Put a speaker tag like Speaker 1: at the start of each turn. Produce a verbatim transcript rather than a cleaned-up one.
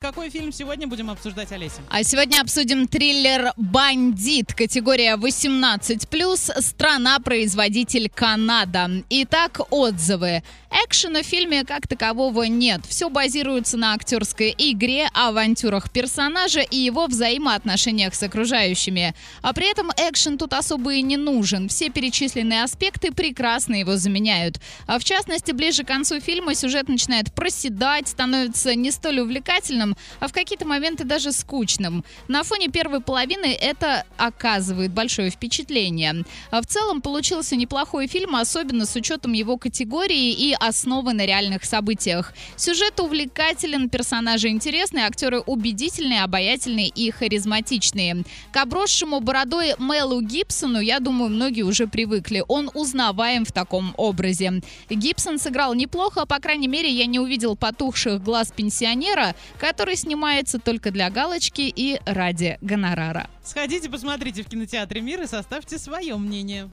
Speaker 1: какой фильм сегодня будем обсуждать, Олеся?
Speaker 2: А сегодня обсудим триллер «Бандит». Категория восемнадцать плюс. Страна-производитель Канада. Итак, отзывы. Экшена в фильме как такового нет. Все базируется на актерской игре, авантюрах персонажа и его взаимоотношениях с окружающими. А при этом экшен тут особо и не нужен. Все перечисленные аспекты прекрасно его заменяют. А в частности, ближе к концу фильма сюжет начинает проседать, становится не столь увлекательным, а в какие-то моменты даже скучным. На фоне первой половины это оказывает большое впечатление. А в целом получился неплохой фильм, особенно с учетом его категории и основы на реальных событиях. Сюжет увлекателен, персонажи интересные, актеры убедительные, обаятельные и харизматичные. К обросшему бородой Мелу Гибсону, я думаю, многие уже привыкли. Он узнаваем в таком образе. Гибсон сыграл неплохо, по крайней мере, я не увидел потухших глаз пенсионера, который снимается только для галочки и ради гонорара.
Speaker 1: Сходите, посмотрите в кинотеатре «Мир» и составьте свое мнение.